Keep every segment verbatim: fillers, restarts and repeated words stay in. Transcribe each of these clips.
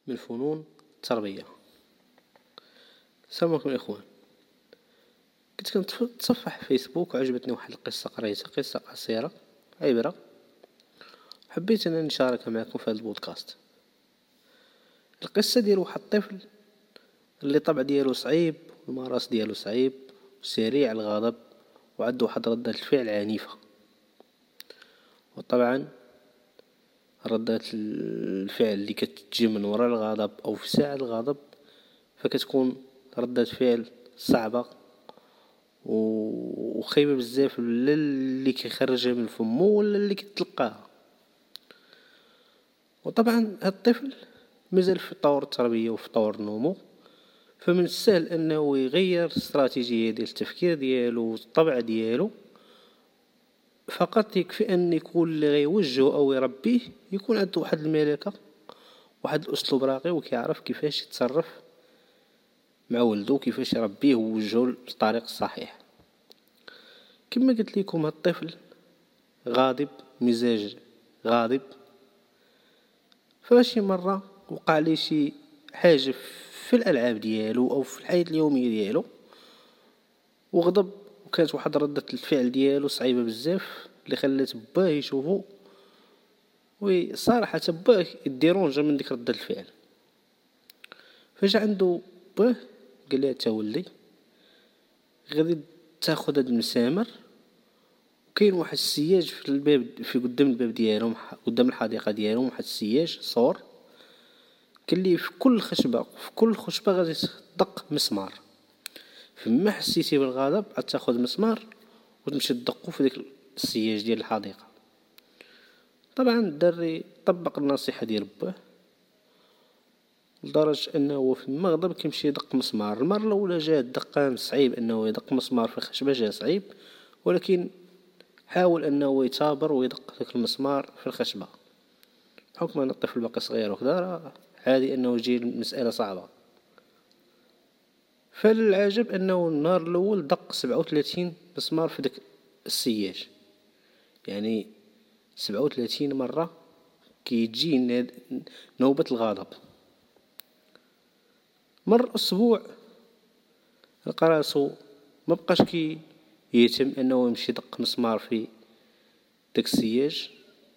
من فنون التربية. السلام عليكم الإخوان. كنت كنتصفح فيسبوك وعجبتني واحد القصة، قريتها قصة قصيرة عبرة، حبيت أنني نشاركها معكم في هذا البودكاست. القصة ديال واحد الطفل اللي طبع ديالو صعيب والمراس ديالو صعيب وسريع الغضب وعنده واحد ردة الفعل عنيفة. وطبعا ردة الفعل اللي كتجي من وراء الغضب أو في ساعة الغضب فكتكون ردة فعل صعبة وخايبة بزاف، لا اللي كيخرجها من فمه ولا اللي كتلقاها. وطبعا هاد الطفل مازال في طور التربية وفي طور النمو، فمن السهل انه يغير الاستراتيجية ديال التفكير ديالو والطبع ديالو. فقط يكفي ان يكون اللي غيوجهه او يربيه يكون عنده واحد الملكة، واحد الاسلوب راقي، وكيعرف كيفاش يتصرف مع ولده، كيفاش يربيه ويوجهه للطريق الصحيح. كما قلت لكم هاد الطفل غاضب، مزاج غاضب، فشي مرة وقع لي شي حاجة في الألعاب ديالو أو في الحياة اليومية ديالو وغضب، وكانت واحد ردة الفعل ديالو صعيبة بزاف اللي خلات باه يشوفو وصراحة باه يديرونجا من ديك ردة الفعل. فجا عنده باه قال لي تا ولدي غادي تاخذ هاد المسامر، وكاين واحد السياج في الباب في قدام الباب ديالهم قدام الحديقة ديالهم، واحد السياج صور قال لي في كل خشبة في كل خشبة غادي تدق مسمار. فما حسيتي بالغضب عاد تاخذ مسمار وتمشي تدقو في ديك السياج ديال الحديقة. طبعا الدري طبق النصيحة ديال باه لدرجة انه في المغضب كيمشي يدق مسمار. المرة الاولى جا الدقان صعيب انه يدق مسمار في خشبة، جا صعيب، ولكن حاول انه يتابر ويدق ذاك المسمار في الخشبة. بحكم ان الطفل باقي صغير وكذا عادي انه يجي المسألة صعبة. فالعجب انه النهار الاول دق سبعة وثلاثين مسمار في داك السياج، يعني سبعة وثلاثين مرة كيجي نوبة الغضب. مر اسبوع لقى راسو ما بقاش كي يتم انه يمشي يدق مسمار في داك السياج،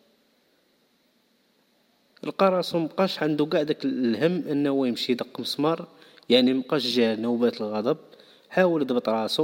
لقى راسو مبقاش عنده كاع داك الهم انه يمشي يدق مسمار، يعني مبقاش جا نوبات الغضب. حاول يضبط راسو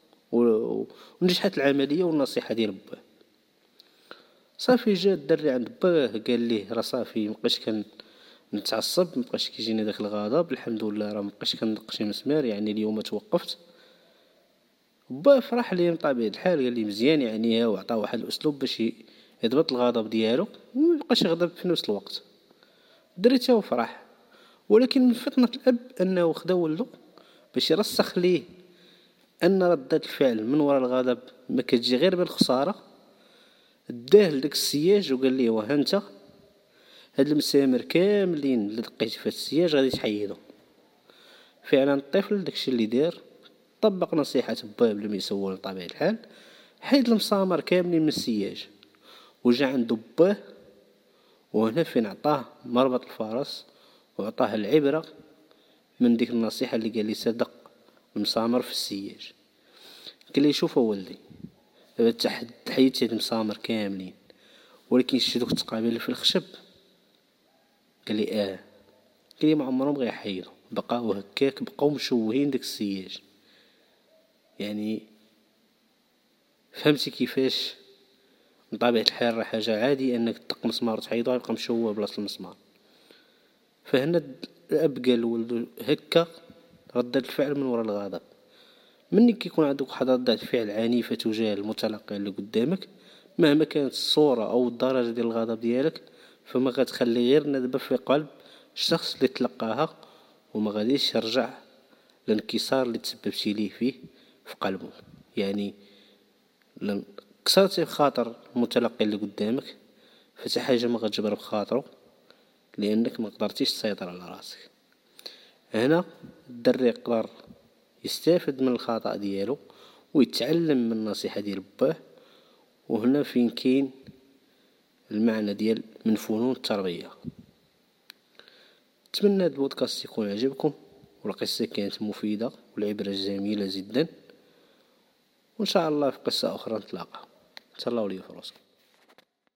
ونجحت العملية والنصيحة ديال باه. صافي جا الدري عند باه قال ليه راه صافي مبقاش كان نتعصب، مبقاش كيجيني داك الغضب، الحمد لله راه مبقاش كندق شي مسمار، يعني اليوم توقفت. باه فرح لي من طبيعة الحال، قال لي مزيان يعني، وعطاه واحد الاسلوب باش يضبط الغضب ديالو وما يبقاش يغضب في نفس الوقت. الدري تا فرح، ولكن من فطنة الاب انه خدا ولده باش يرسخ ليه ان ردة الفعل من وراء الغضب ما كتجي غير بالخسارة. داه لداك السياج وقال ليه وها انت هاد المسامر كاملين اللي دقيتي في السياج غادي تحيدو. فعلا الطفل داكشي اللي دار، طبق نصيحة باه بلا ما يسول بطبيعة الحال، حيد المسامر كاملين من السياج وجا عنده باه. وهنا فين عطاه مربط الفرس وعطاه العبرة من ديك النصيحة اللي قال لي صدق المسامر في السياج. قال لي شوف ولدي، دابا تحيدتي هاد المسامر كاملين، ولكن شتي دوك التقابيل اللي في الخشب؟ قال لي اه. قال لي ما عمرهم غيحيدوا، بقاو هكاك، بقاو مشوهين داك السياج. يعني فهمتي كيفاش من طبيعة الحال راه حاجة عادي انك تدق مسمار وتحيدو يبقى مشوه بلاصة المسمار. فهنا الاب قال لولدو هكا ردة الفعل من وراء الغضب. مني كيكون عندك واحد ردة فعل عنيفة تجاه المتلقي اللي قدامك، مهما كانت الصورة او الدرجة ديال الغضب ديالك، فما غتخلي غير ندبة في قلب الشخص اللي تلقاها، وما غاديش يرجع الانكسار اللي تسببتي ليه فيه في قلبه. يعني لن كسرتي بخاطر المتلقي اللي قدامك، فتا حاجة ما غتجبر بخاطره لانك ما قدرتيش تسيطر على راسك. هنا الدري يقدر يستافد من الخطأ ديالو ويتعلم من النصيحة ديال باه. وهنا فين كاين المعنى ديال من فنون التربية. نتمنى هذا البودكاست يكون عجبكم، والقصة كانت مفيدة والعبرة جميلة جدا، وإن شاء الله في قصة أخرى نتلاقى. تهلاو لي في راسكم.